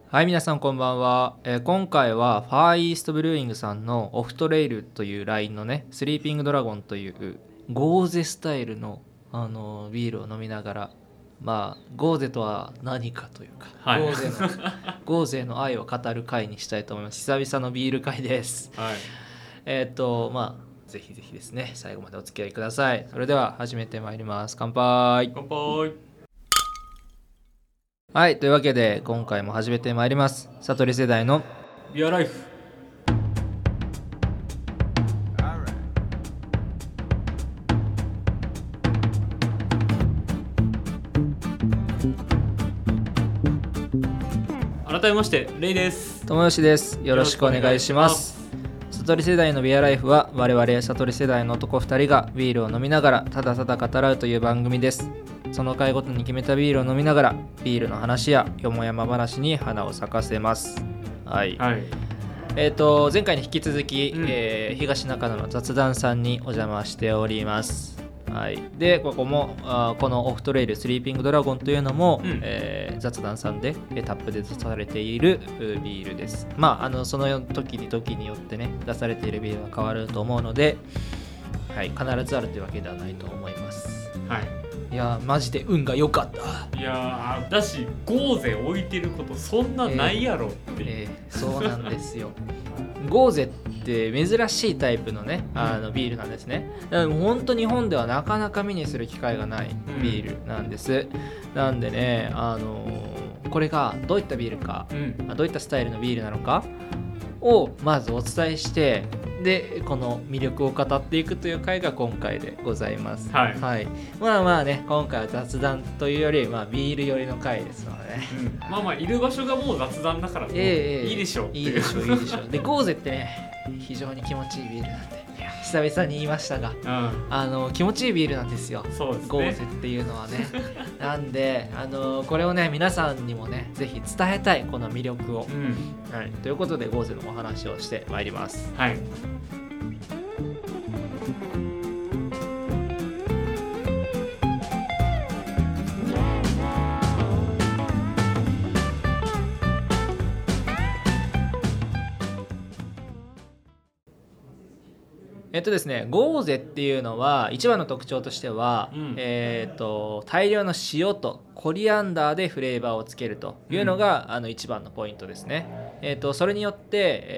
はい、皆さんこんばんは。今回はファーイーストブルーイングさんのオフトレイルというラインのね、スリーピングドラゴンというゴーゼスタイルの、ビールを飲みながら、ゴーゼとは何かというか、 はい、 ゴーゼの愛を語る回にしたいと思います。久々のビール回です。 はい、 ぜひぜひですね、最後までお付き合いください。それでは始めてまいります。乾杯。 乾杯。 はい、というわけで今回も始めてまいります。悟り世代のビアライフ。改めましてレイです。 友吉です。よろしくお願いします。悟り世代のビアライフは我々悟り世代の男2人がビールを飲みながらただただ語らうという番組です。その回ごとに決めたビールを飲みながらビールの話やよもやま話に花を咲かせます。はい、 はい、 前回に引き続き、東中野の雑談さんにお邪魔しております。はい、でここもこのオフトレイルスリーピングドラゴンというのも、雑談さんでタップで出されているビールです。その時によってね出されているビールは変わると思うので、はい、必ずあるというわけではないと思います。 はい、 いやマジで運が良かった。 いやだしゴーゼ置いてることそんなないやろっていう、 そうなんですよゴーゼって珍しいタイプのねビールなんですね。本当日本ではなかなか目にする機会がないビールなんです、なんでね、これがどういったビールか、どういったスタイルのビールなのかをまずお伝えして、でこの魅力を語っていくという回が今回でございます。 はい、 はい、今回は雑談というより、ビール寄りの回ですのでね、 いる場所がもう雑談だからもういいでしょう、 いいでしょうでゴーゼってね非常に気持ちいいビールなんで久々に言いましたが、気持ちいいビールなんですよ。 そうですね、 ゴーゼっていうのはねなんで、これをね皆さんにもねぜひ伝えたいこの魅力を、はい、ということでゴーゼのお話をしてまいります。 はい、 ですね、ゴーゼっていうのは一番の特徴としては、大量の塩とコリアンダーでフレーバーをつけるというのが、一番のポイントですね。それによって、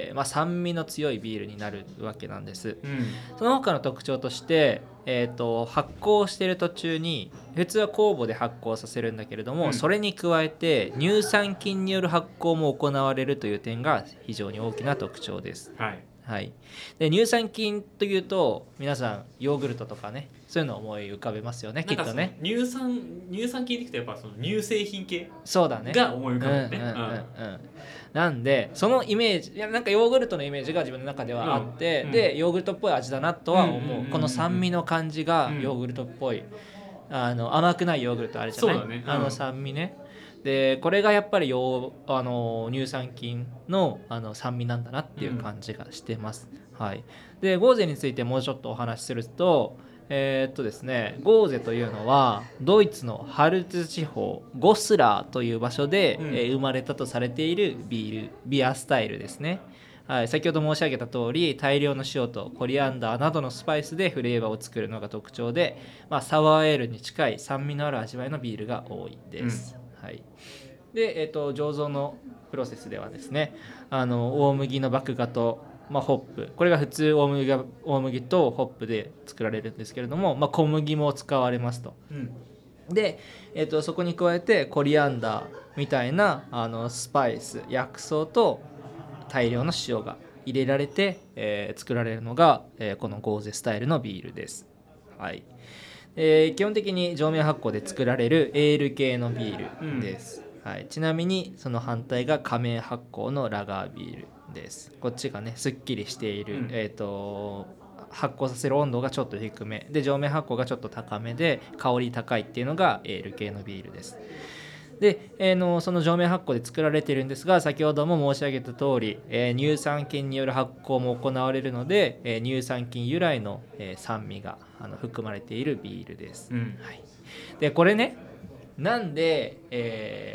酸味の強いビールになるわけなんです、その他の特徴として、発酵している途中に普通は酵母で発酵させるんだけれども、それに加えて乳酸菌による発酵も行われるという点が非常に大きな特徴です。はい、で乳酸菌というと皆さんヨーグルトとかねそういうのを思い浮かべますよね、きっとね。 乳酸菌って聞くとやっぱその乳製品系そうだねが思い浮かぶね。 なんでそのイメージなんかヨーグルトのイメージが自分の中ではあって、でヨーグルトっぽい味だなとは思う、この酸味の感じがヨーグルトっぽい、甘くないヨーグルトあるじゃない、 そうだね、 酸味ね。でこれがやっぱり乳酸菌の、酸味なんだなっていう感じがしてます、はい、でゴーゼについてもうちょっとお話しするとですね、ゴーゼというのはドイツのハルツ地方ゴスラーという場所で、生まれたとされているビアスタイルですね。はい、先ほど申し上げた通り大量の塩とコリアンダーなどのスパイスでフレーバーを作るのが特徴で、サワーエールに近い酸味のある味わいのビールが多いです、はい、で、醸造のプロセスではですね、大麦の麦芽と、ホップ、これが普通大麦とホップで作られるんですけれども、小麦も使われますと、で、そこに加えてコリアンダーみたいなスパイス薬草と大量の塩が入れられて、作られるのが、このゴーゼスタイルのビールです、はい。基本的に上面発酵で作られるエール系のビールです、はい、ちなみにその反対が下面発酵のラガービールです。こっちがねすっきりしている、発酵させる温度がちょっと低めで上面発酵がちょっと高めで香り高いっていうのがエール系のビールです。で、その上面発酵で作られているんですが、先ほども申し上げた通り、乳酸菌による発酵も行われるので、乳酸菌由来の、酸味が含まれているビールです、はい。でこれねなんで、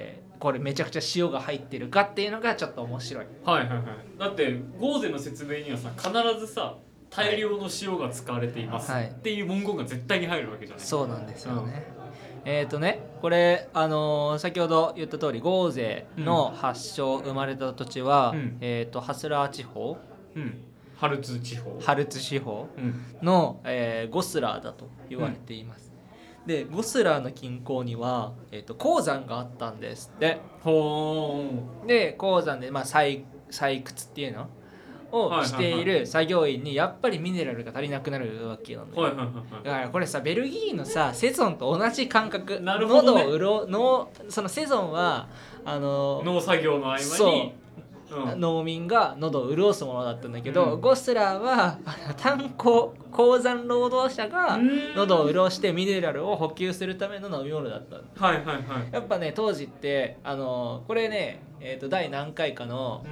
これめちゃくちゃ塩が入ってるかっていうのがちょっと面白い。 はいはいはい。だってゴーゼの説明にはさ必ずさ大量の塩が使われていますっていう文言が絶対に入るわけじゃない。 そうなんですよね。これ、先ほど言った通りゴーゼの発祥生まれた土地は、ハスラー地方、 ハルツ地方の、ゴスラーだと言われています。でゴスラーの近郊には、鉱山があったんですって。で鉱山で、採掘っていうのをしている作業員にやっぱりミネラルが足りなくなるわけなんだよ。だからこれさベルギーのさセゾンと同じ感覚。 なるほどね。 そのセゾンは農作業の合間に農民が喉を潤すものだったんだけど、ゴスラーは鉱山労働者が喉を潤してミネラルを補給するための飲み物だったんだ。やっぱね当時ってこれね、第何回かの、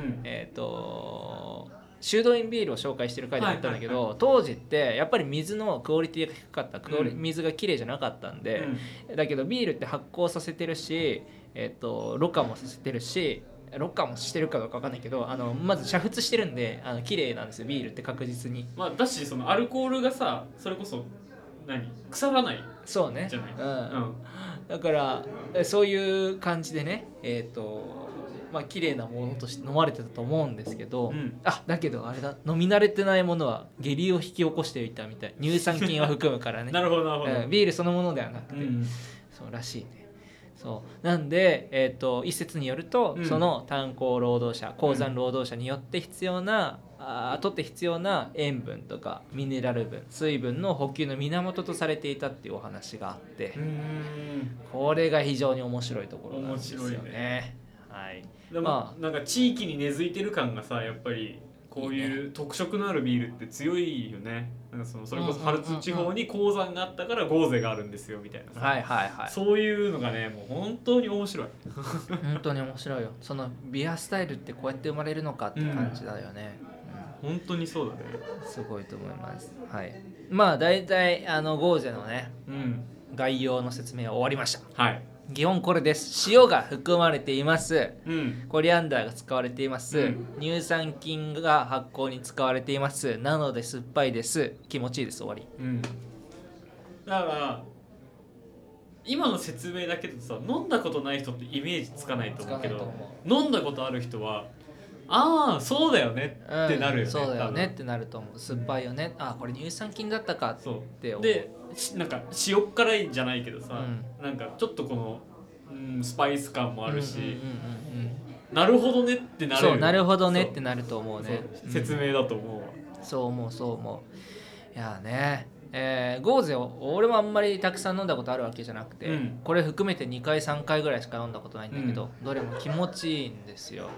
シュードインビールを紹介してる回であったんだけど、当時ってやっぱり水のクオリティが低かった、水がきれいじゃなかったんで、だけどビールって発酵させてるし、ろ過もさせてるし、ろ過もしてるかどうか分かんないけどまず煮沸してるんで綺麗なんですよビールって確実に。 だしそのアルコールがさそれこそ腐らないそうねじゃない。 だからそういう感じでね綺麗なものとして飲まれてたと思うんですけど、だけどあれだ飲み慣れてないものは下痢を引き起こしていたみたい。乳酸菌を含むからねなるほどなるほど、 ビールそのものではなくて、そうらしいね。そうなんで、一説によると、その炭鉱労働者鉱山労働者によって必要な、とって必要な塩分とかミネラル分水分の補給の源とされていたっていうお話があって、これが非常に面白いところなんですよね。はい、 でもなんか地域に根付いてる感がさやっぱりこういう特色のあるビールって強いよね。なんかそれこそハルツ地方に鉱山があったからゴーゼがあるんですよみたいなさ、そういうのがねもう本当に面白い本当に面白いよ。そのビアスタイルってこうやって生まれるのかって感じだよね。 本当にそうだね。 すごいと思います。はい。だいたいゴーゼのね、概要の説明は終わりました。 はい。 基本これです。塩が含まれています、コリアンダーが使われています、乳酸菌が発酵に使われています。なので酸っぱいです。気持ちいいです。終わり。 だから今の説明だけどさ飲んだことない人ってイメージつかないと思うけど飲んだことある人はそうだよねってなるよね。 そうだよねってなると思う。酸っぱいよね。これ乳酸菌だったかって思う。 でなんか塩辛いじゃないけどさ、なんかちょっとこの、スパイス感もあるし、なるほどねってなるよね。 そうなるほどねってなると思うね。 説明だと思うわ。 そう思う。いやねゴーゼを俺もあんまりたくさん飲んだことあるわけじゃなくて、これ含めて2回3回ぐらいしか飲んだことないんだけど、どれも気持ちいいんですよ。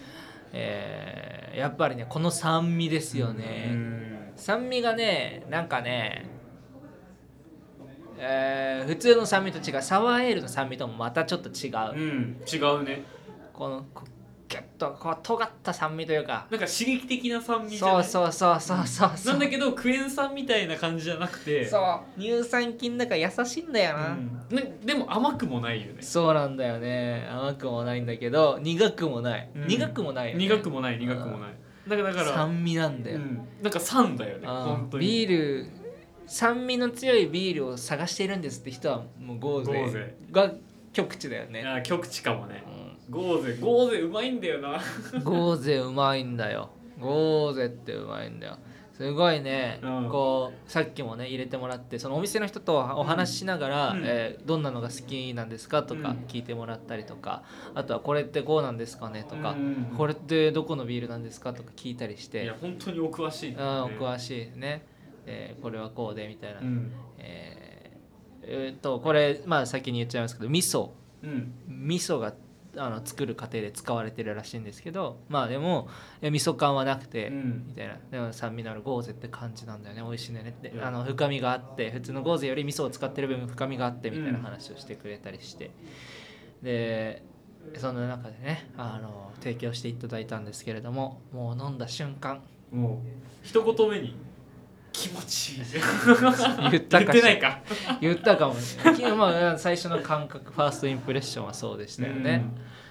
やっぱりねこの酸味ですよね。酸味がねなんかね、普通の酸味と違う。サワーエールの酸味ともまたちょっと違う。 違うね。 このギュッとこう尖った酸味というかなんか刺激的な酸味じゃない。 そうなんだけどクエン酸みたいな感じじゃなくて、 そう乳酸菌だから優しいんだよな、 でも甘くもないよね。 そうなんだよね。甘くもないんだけど苦くもない、苦くもないよね。 苦くもないだから酸味なんだよ、 なんか酸だよね本当に。 ビール酸味の強いビールを探しているんですって人はもうゴーゼが極地だよね。 極地かもね。ゴーゼうまいんだよなゴーゼうまいんだよ。ゴーゼってうまいんだよ。すごいね、こうさっきもね入れてもらってそのお店の人とお話ししながら、どんなのが好きなんですかとか聞いてもらったりとか、あとはこれってこうなんですかねとか、これってどこのビールなんですかとか聞いたりして。 いや本当にお詳しい、 お詳しいね。これはこうでみたいな、これ先に言っちゃいますけど味噌が作る過程で使われてるらしいんですけど、でも味噌感はなくて、みたいな。でも酸味のあるゴーゼって感じなんだよね。美味しいねって深みがあって、普通のゴーゼより味噌を使ってる分深みがあってみたいな話をしてくれたりして、でその中でね提供していただいたんですけれども、もう飲んだ瞬間もう一言目に気持ちいい言ってないか言ったかもね。最初の感覚ファーストインプレッションはそうでしたよね。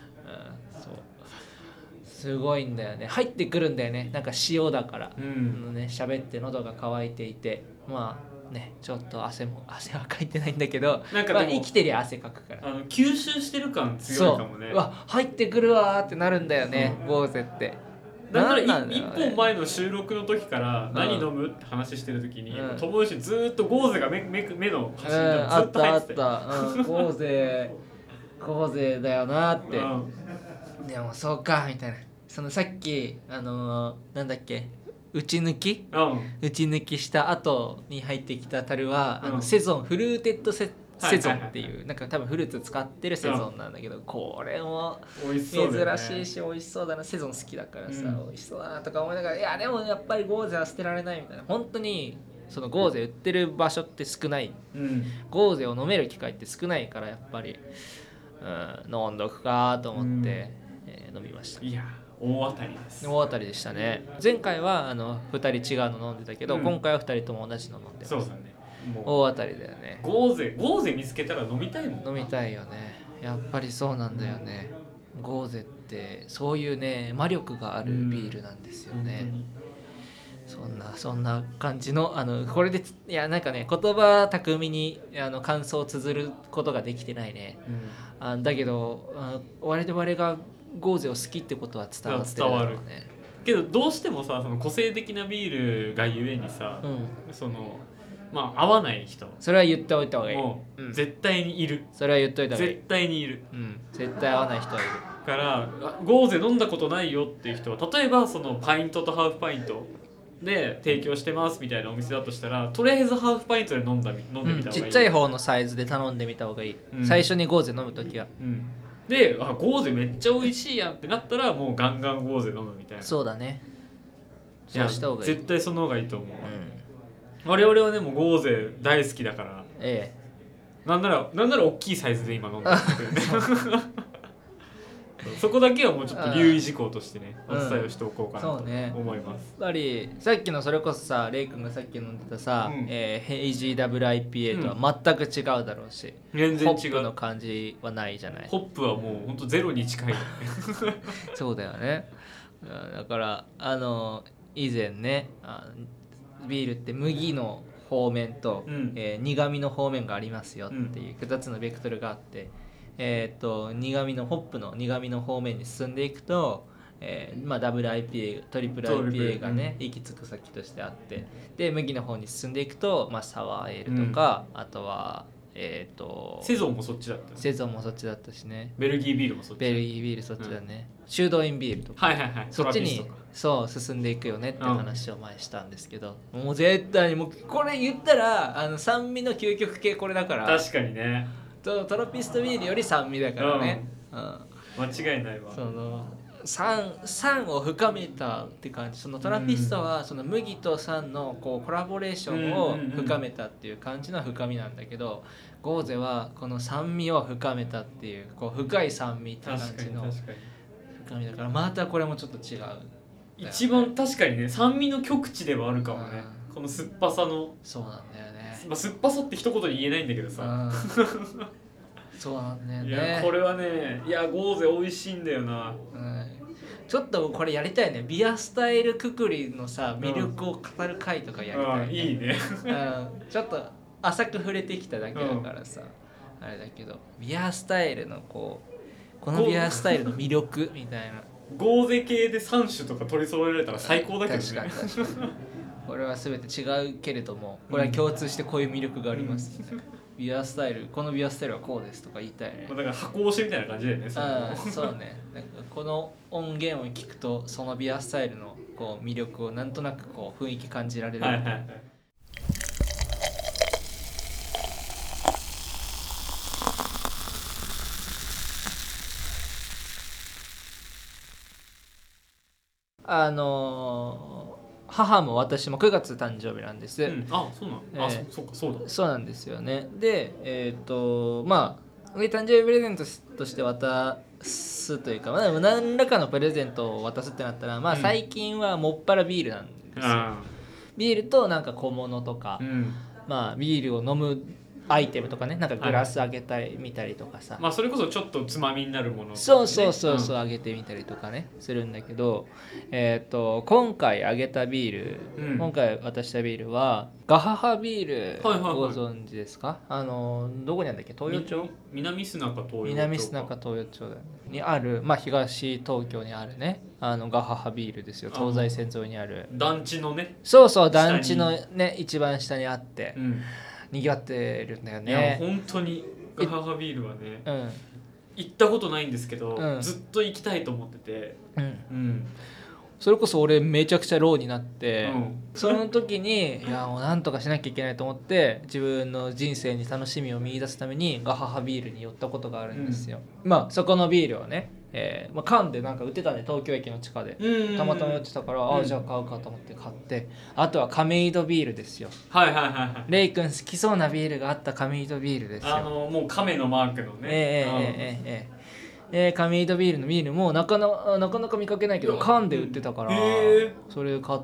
すごいんだよね。入ってくるんだよね。なんか塩だから、 うんね、喋って喉が渇いていて、まあね、ちょっと汗はかいてないんだけど、 なんかでもまあ、生きてりゃ汗かくから。 吸収してる感強いかもね。 そう、うわ入ってくるわーってなるんだよね、ゴーゼって。 だからなん一本前の収録の時から何飲むって話してる時に、友達ずーっとゴーゼが目の端にずっと入ってた、 ゴーゼだよなって、でもそうかみたいな。そのさっきなんだっけ、打ち抜きした後に入ってきた樽は、セゾンフルーテッドセゾンっていう、なんか多分フルーツ使ってるセゾンなんだけど、これも珍しいし美味しそうだな。セゾン好きだからさ、美味しそうだなとか思いながら、いやでもやっぱりゴーゼは捨てられないみたいな。本当にそのゴーゼ売ってる場所って少ない、ゴーゼを飲める機会って少ないから、やっぱり、飲んどくかと思って、飲みました。 いや大当たりです。 大当たりでしたね。前回は2人違うの飲んでたけど、今回は2人とも同じの飲んでます。 そうだね。 大当たりだよね。 ゴーゼ見つけたら飲みたいもん。 飲みたいよね。やっぱりそうなんだよね。ゴーゼってそういうね魔力があるビールなんですよね。そんな感じのこれでいやなんかね、言葉巧みに感想を綴ることができてないね。だけど我々がゴーゼを好きってことは伝わってるだろうね。 けどどうしてもさ、その個性的なビールがゆえにさ、そのまあ合わない人、 それは言っておいた方がいい。 絶対にいる。 それは言っておいた方がいい。 絶対にいる。 絶対合わない人はいるからゴーゼ飲んだことないよっていう人は、例えばそのパイントとハーフパイントで提供してますみたいなお店だとしたら、とりあえずハーフパイントで飲んでみた方がいい。 ちっちゃい方のサイズで頼んでみた方がいい。最初にゴーゼ飲むときは。 でゴーゼめっちゃ美味しいやんってなったら、もうガンガンゴーゼ飲むみたいな。 そうだね。そうした方がいい。 絶対その方がいいと思う。我々はでもゴーゼ大好きだから、なんなら大きいサイズで今飲んでるんですけどね。そこだけはもうちょっと留意事項としてね、お伝えをしておこうかなと思います。 やっぱりさっきのそれこそさ、レイ君がさっき飲んでたさ、ヘイジーダブル IPA とは全く違うだろうし、 全然違う。 ホップの感じはないじゃない。 ホップはもうほんとゼロに近い。 そうだよね。だから以前ね、ビールって麦の方面と、苦味の方面がありますよっていう2つのベクトルがあって、苦味のホップの苦味の方面に進んでいくと、ダブル IPA トリプル IPA がね、行き着く先としてあって、で麦の方に進んでいくと、サワーエールとか、あとはセゾンもそっちだった、 セゾンもそっちだったしね、 ベルギービールもそっち、 ベルギービールそっちだね、修道院ビールとか、そっちにそう進んでいくよねって話を前したんですけど、もう絶対にもうこれ言ったら酸味の究極系これだから。 確かにね。 トロピストビールより酸味だからね。 間違いないわ。 その酸を深めたって感じ。そのトラピストはその麦と酸のこうコラボレーションを深めたっていう感じの深みなんだけど、ゴーゼはこの酸味を深めたっていう、こう深い酸味って感じの深みだから、またこれもちょっと違う、ね、 一番確かにね、酸味の極致ではあるかもね、この酸っぱさの。 そうなんだよね。 酸っぱさって一言で言えないんだけどさ、 そうなんだよね。 いやこれはね、いやゴーゼ美味しいんだよな、 ちょっとこれやりたいね。ビアスタイルくくりのさ魅力を語る回とかやりたいね。 いいね。 ちょっと浅く触れてきただけだからさ、あれだけど、ビアスタイルのこのビアスタイルの魅力みたいな。 ゴーゼ系で3種とか取り揃えられたら最高だけどね。 確かにこれは全て違うけれども、これは共通してこういう魅力があります、ね。ビアスタイル、このビアスタイルはこうですとか言いたいね。 だから箱押しみたいな感じだよね。 そうね。なんかこの音源を聞くと、そのビアスタイルのこう魅力をなんとなくこう雰囲気感じられる。母も私も9月誕生日なんです。 そうなの。 そうなんですよね。で、誕生日プレゼントとして渡すというか、何らかのプレゼントを渡すってなったら、最近はもっぱらビールなんですよ。ビールとなんか小物とか、ビールを飲むアイテムとかね、なんかグラスあげたいみたりとかさ、 まあそれこそちょっとつまみになるもの、ね、 そうあげてみたりとかねするんだけど、今回あげたビール、今回渡したビールはガハハビール、ご存知ですか？どこにあるんだっけ？東洋町？ 南砂中東洋町南砂中東洋町にある、まあ東東京にあるね、ガハハビールですよ。東西線沿いにある団地のね、 そう団地のね一番下にあって、にぎわってるんだよね。 いや本当にガハハビールはね、行ったことないんですけど、ずっと行きたいと思ってて、 それこそ俺めちゃくちゃローになって、その時にいやもうなんとかしなきゃいけないと思って自分の人生に楽しみを見出すためにガハハビールに寄ったことがあるんですよ。まあそこのビールをね、缶でなんか売ってたんで、東京駅の地下でたまたま売ってたから、じゃあ買うかと思って買って、あとは亀戸ビールですよ。レイ君好きそうなビールがあった亀戸ビールですよ。 もう亀のマークのね、 亀戸ビールのビールもなかなか見かけないけど缶で売ってたから、それ買って、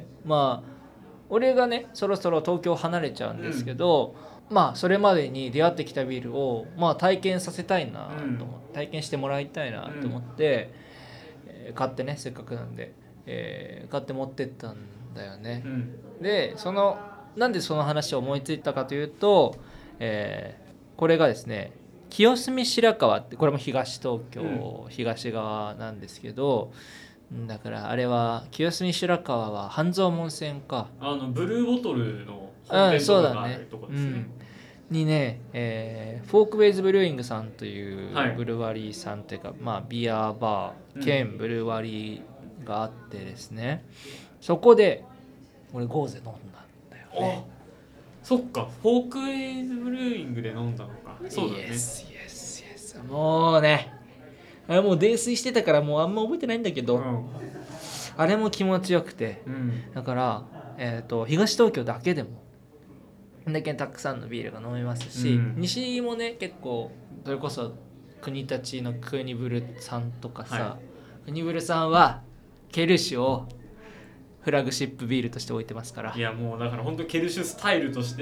まあ俺がねそろそろ東京離れちゃうんですけど、まあそれまでに出会ってきたビールをまあ体験させたいなと思って、体験してもらいたいなと思って、買ってね、せっかくなんで、買って持ってったんだよね。でなんでその話を思いついたかというと、これがですね清澄白河って、これも東東京、東側なんですけど、だからあれは清澄白河は半蔵門線か、 ブルーボトルの本店とかがあるとこですね、 にね、フォークウェイズブルーイングさんというブルワリーさんというか、まあビアバー兼ブルワリーがあってですね、そこで俺ゴーゼ飲んだんだよね。 そっか、フォークウェイズブルーイングで飲んだのか。そうだね。 イエスもうね、あれもう泥酔してたからもうあんま覚えてないんだけど、あれも気持ちよくて、だから、東東京だけでもこんだけたくさんのビールが飲めますし、西もね結構それこそ国立のクニブルさんとかさ、クニブルさんはケルシュをフラグシップビールとして置いてますから。 いやもうだから本当ケルシュスタイルとして、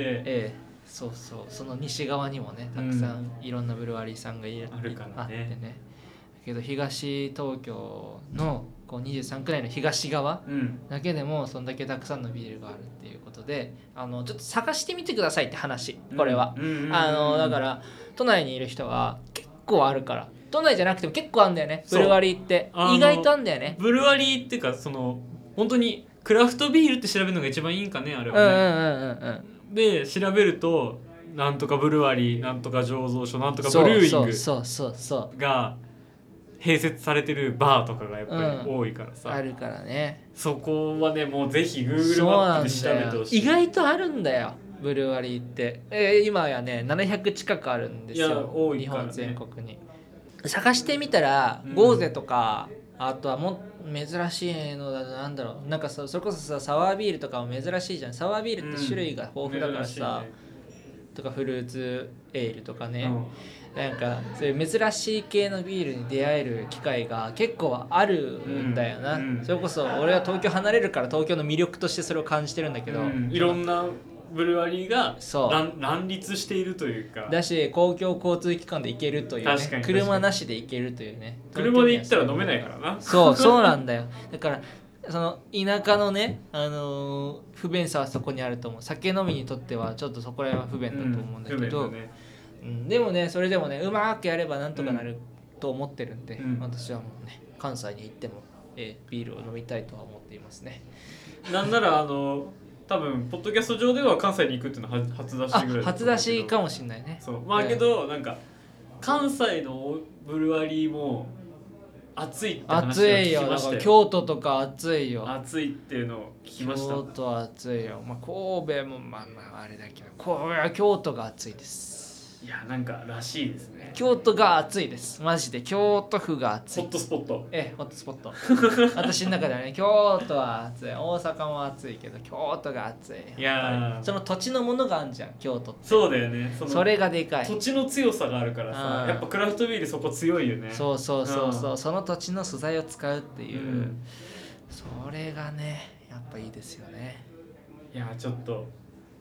そうその西側にもねたくさんいろんなブルワリーさんがあるからね、あってね。だけど東東京のこう23区内の東側だけでもそんだけたくさんのビールがあるっていうことで、ちょっと探してみてくださいって話、これは。だから都内にいる人は結構あるから、都内じゃなくても結構あるんだよね、ブルワリーって意外とあるんだよね。 ブルワリーっていうか本当にクラフトビールって調べるのが一番いいんかね、あれはね。で調べるとなんとかブルワリー、なんとか醸造所、なんとかブルーイングが併設されてるバーとかがやっぱり多いからさ、 あるからね。 そこはねもうぜひ Google マップで調べてほしい。 意外とあるんだよブルワリーって、今やね700近くあるんですよ、多いからね、日本全国に。探してみたら、ゴーゼとかあとはも珍しいのだ、なんだろう、なんかそれこそさサワービールとかも珍しいじゃん。サワービールって種類が豊富だからさ、とかフルーツエールとかね、なんかそういう珍しい系のビールに出会える機会が結構あるんだよな、それこそ俺は東京離れるから東京の魅力としてそれを感じてるんだけど、 いろんなブルワリーが乱立しているというか、 だし公共交通機関で行けるというね、車なしで行けるというね。 車で行ったら飲めないからな。 そうなんだよ。だからその田舎のね、不便さはそこにあると思う。酒飲みにとってはちょっとそこら辺は不便だと思うんだけど、でもね、それでもねうまくやればなんとかなると思ってるんで、私はもうね関西に行っても、ビールを飲みたいとは思っていますね。 なんなら多分ポッドキャスト上では関西に行くっていうのは初出しぐらい初出しかもしれないね。 そう、まあけどなんか関西のブルワリーも暑いって話を聞きましたよ。暑いよ。だから京都とか暑いよ。 暑いっていうのを聞きました。 京都は暑いよ。まあ神戸もまああれだけど、京都が暑いです。 いやなんからしいですね。 京都が暑いです。マジで京都府が暑い。 ホットスポット。 ホットスポット。私の中ではね、京都は暑い。大阪も暑いけど京都が暑い。 いやその土地のものがあるじゃん、京都って。 そうだよね。 それがでかい。 土地の強さがあるからさ、やっぱクラフトビールそこ強いよね。 そう、その土地の素材を使うっていう、それがねやっぱいいですよね。 いやちょっと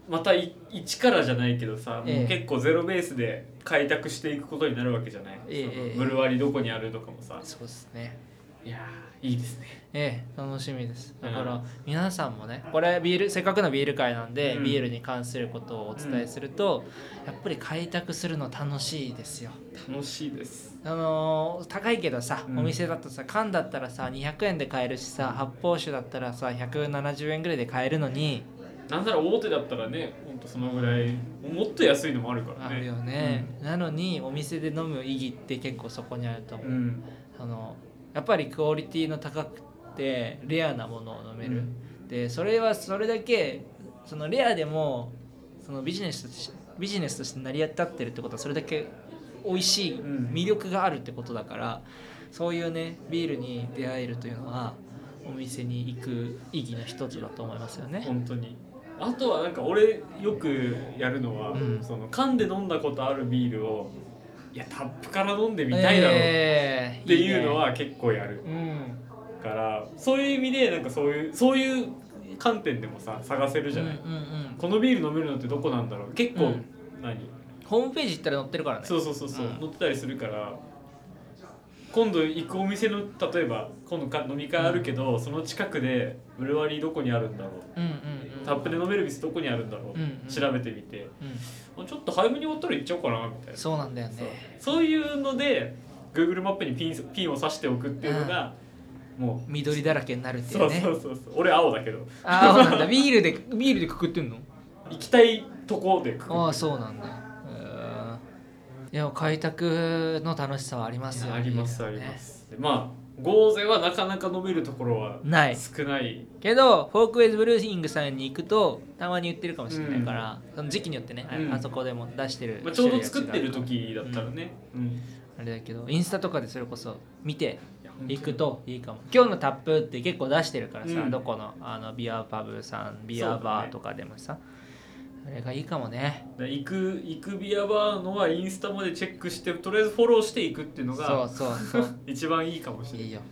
また一からじゃないけどさ、もう結構ゼロベースで開拓していくことになるわけじゃない、ブルワリーどこにあるとかもさ。 そうですね。 いやいいですね。 楽しみです。だから皆さんもね、これビール、せっかくのビール会なんで、ビールに関することをお伝えすると、やっぱり開拓するの楽しいですよ。 楽しいです。 高いけどさ、お店だとさ、缶だったらさ200円で買えるしさ、発泡酒だったらさ170円ぐらいで買えるのに、 なんなら大手だったらね、ほんとそのぐらい、もっと安いのもあるからね。 あるよね、なのにお店で飲む意義って結構そこにあると思う、やっぱりクオリティの高くてレアなものを飲める、でそれはそれだけそのレアでもそのビジネスとして成り立ってるってことは、それだけ美味しい魅力があるってことだから、そういうねビールに出会えるというのはお店に行く意義の一つだと思いますよね。 本当に。あとはなんか俺よくやるのは、その缶で飲んだことあるビールをいやタップから飲んでみたいだろうっていうのは結構やる、から、そういう意味でなんかそういう観点でもさ探せるじゃない、このビール飲めるのってどこなんだろう、結構、 ホームページ行ったら載ってるからね。 そう、載ってたりするから、今度行くお店の例えば今度飲み会あるけど、その近くでブルワリーどこにあるんだろう、タップで飲める店どこにあるんだろう、調べてみて、ちょっと早めに終わったら行っちゃおうかなみたいな。 そうなんだよね。 そういうので Google マップにピンを刺しておくっていうのが、もう緑だらけになるっていうね。 そう俺青だけど。 青なんだ。ビールでくくってんの？ 行きたいとこでくくってる。 ああ、そうなんだ。いや、開拓の楽しさはありますよね。 あります。まあゴーゼはなかなか飲めるところは少ないけど、フォークウェイズブルーイングさんに行くとたまに売ってるかもしれないから、その時期によってね、あそこでも出してる、 ちょうど作ってる時だったらね、 あれだけど、インスタとかでそれこそ見て行くといいかも。今日のタップって結構出してるからさ、どこのビアパブさん、ビアバーとかでもさ、あれがいいかもね。 行くビアバーのはインスタまでチェックして、とりあえずフォローしていくっていうのがそう一番いいかもしれない。いいよ。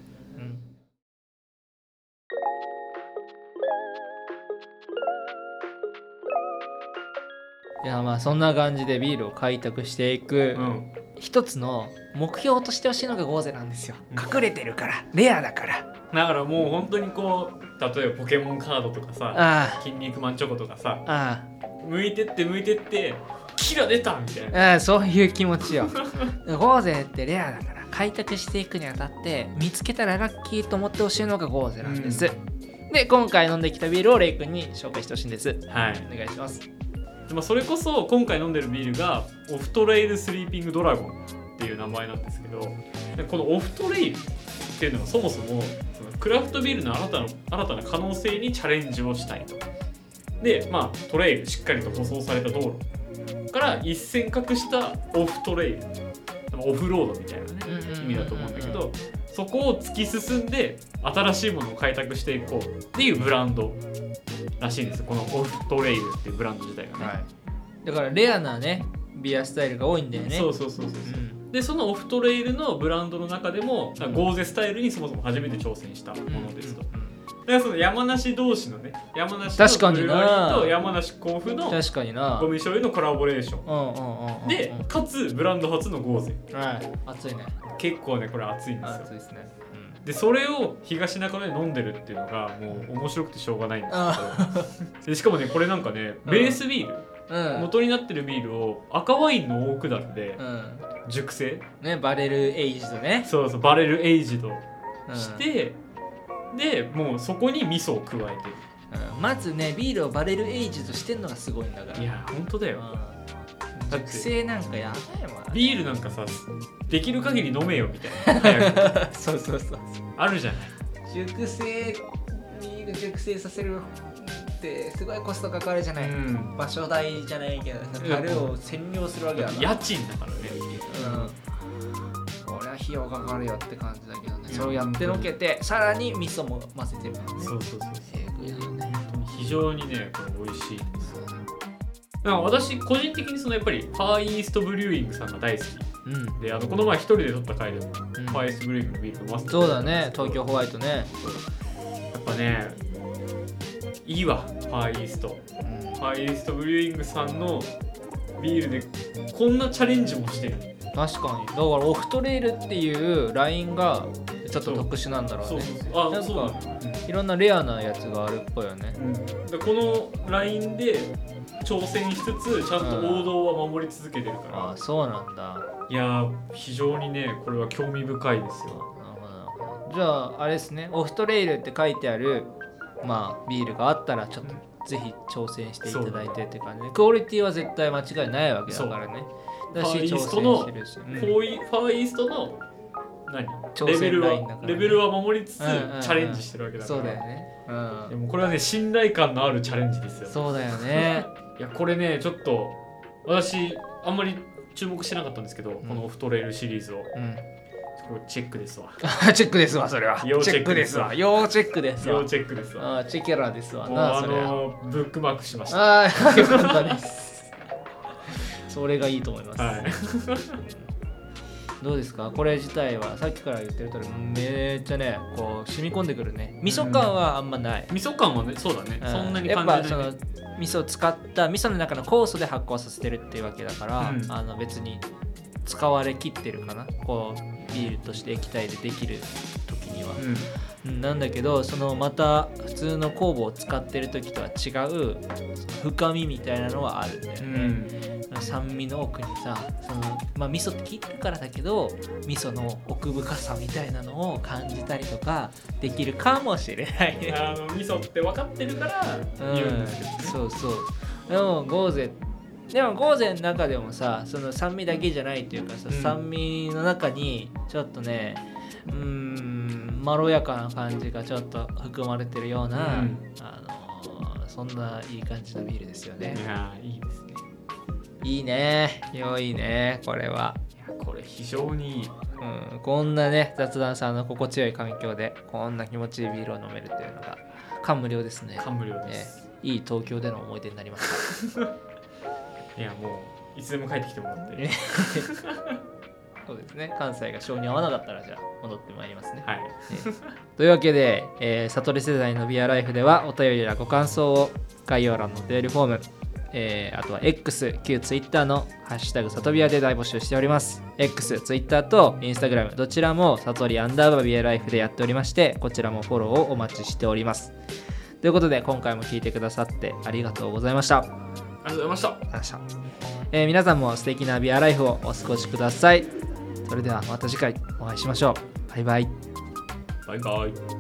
いや、まあそんな感じでビールを開拓していく、一つの目標としてほしいのがゴーゼなんですよ。隠れてるから、レアだから。 だからもう本当にこう、例えばポケモンカードとかさ、筋肉マンチョコとかさ、向いてってキラ出たみたいな、 そういう気持ちよ。ゴーゼってレアだから開拓していくにあたって見つけたらラッキーと思ってほしいのがゴーゼなんです、で今回飲んできたビールをレイ君に紹介してほしいんです。お願いします。 それこそ今回飲んでるビールがオフトレイルスリーピングドラゴンっていう名前なんですけど、このオフトレイルっていうのはそもそもクラフトビールの新たな可能性にチャレンジをしたいと。で、トレイル、しっかりと舗装された道路から一線画したオフトレイル、オフロードみたいなね意味だと思うんだけど、そこを突き進んで新しいものを開拓していこうっていうブランドらしいんです、このオフトレイルっていうブランド自体がね、 だからレアなねビアスタイルが多いんだよね。 そう、でそのオフトレイルのブランドの中でもゴーゼスタイルにそもそも初めて挑戦したものですと。だからその山梨同士のね、山梨のブルワリーと山梨甲府のゴミ醤油のコラボレーションで、かつブランド初のゴーゼ。 熱いね。 結構ねこれ熱いんですよ。 熱いですね。 でそれを東中野で飲んでるっていうのがもう面白くてしょうがないんですけど、でしかもねこれなんかねベースビール、元になってるビールを赤ワインのオークダルで熟成、 バレルエイジドね。 そう、バレルエイジドして、でもうそこに味噌を加えてる、 まずねビールをバレルエイジドしてんのがすごいんだから。 いや本当だよ、 熟成なんかやばいもん。 ビールなんかさできる限り飲めよみたいな早くそうあるじゃない。 ビール熟成させるってすごいコストかかるじゃない、場所代じゃないけど樽を占領するわけだから、 家賃だからね。 これは費用かかるよって感じだけどね、それをやってのけてさらに味噌も混ぜてるからね。そう非常にねこれ美味しいんですよ。だから私個人的にそのやっぱりファーイーストブリューイングさんが大好き、でこの前一人で撮った回でも、ファーイーストブリューイングのビール飲ませてそうだね、東京ホワイトね。 やっぱねいいわファーイースト、ファーイーストブリューイングさんのビールでこんなチャレンジもしてる。 確かに。だからオフトレイルっていうラインがちょっと特殊なんだろうね。 あ、 なんそうかいろんなレアなやつがあるっぽいよね。 でこのラインで挑戦しつつちゃんと王道は守り続けてるから、 あ、そうなんだ。 いや非常にねこれは興味深いですよ。 じゃああれですね、オフトレイルって書いてあるまあビールがあったらちょっとぜひ挑戦していただいてって感じで、クオリティは絶対間違いないわけだからね。だし挑戦してるし、ファーイーストの挑戦ラインだからね、 レベルは守りつつチャレンジしてるわけだから。 そうだよね。 でもこれはね信頼感のあるチャレンジですよ。 そうだよね。 いやこれねちょっと私あんまり注目してなかったんですけど、このオフトレイルシリーズを、これチェックですわ。 チェックですわそれは。 要チェックですわ。 要チェックですわ。 要チェックですわ。 チェケラですわな。それブックマークしました。 ああよかったです。それがいいと思います。 はい。 どうですかこれ自体は。さっきから言ってる通りめっちゃねこう染み込んでくるね。味噌感はあんまない。 味噌感はねそうだね。そんなに感じない。 やっぱその味噌を使った味噌の中の酵素で発酵させてるっていうわけだから、別に使われきってるかな。こうビールとして液体でできる時には、なんだけどそのまた普通の酵母を使ってる時とは違う深みみたいなのはあるんだよね。酸味の奥にさその、味噌って切ってるからだけど味噌の奥深さみたいなのを感じたりとかできるかもしれないね。 味噌って分かってるから言うんですけど、ねそうそう。でもゴーゼの中でもさその酸味だけじゃないっていうかさ、酸味の中にちょっとねまろやかな感じがちょっと含まれてるような、そんないい感じのビールですよね。 いやいいですね。 いいね。良いねこれは。 いやこれ非常にいい。 こんなね雑談さんの心地よい環境でこんな気持ちいいビールを飲めるっていうのが感無量ですね。 感無量です。 いい東京での思い出になりました。 いやもういつでも帰ってきてもらってそうですね。関西が性に合わなかったらじゃあ戻ってまいりますね。 はい。 というわけで、悟り世代のビアライフではお便りやご感想を概要欄のお便りフォーム、あとは X、旧 Twitter のハッシュタグサトビアで大募集しております。X、Twitter と Instagram どちらも悟り&ビアライフでやっておりまして、こちらもフォローをお待ちしております。ということで今回も聞いてくださってありがとうございました。 ありがとうございました。 皆さんも素敵なビアライフをお過ごしください。それではまた次回お会いしましょう。バイバイ。 バイバイ。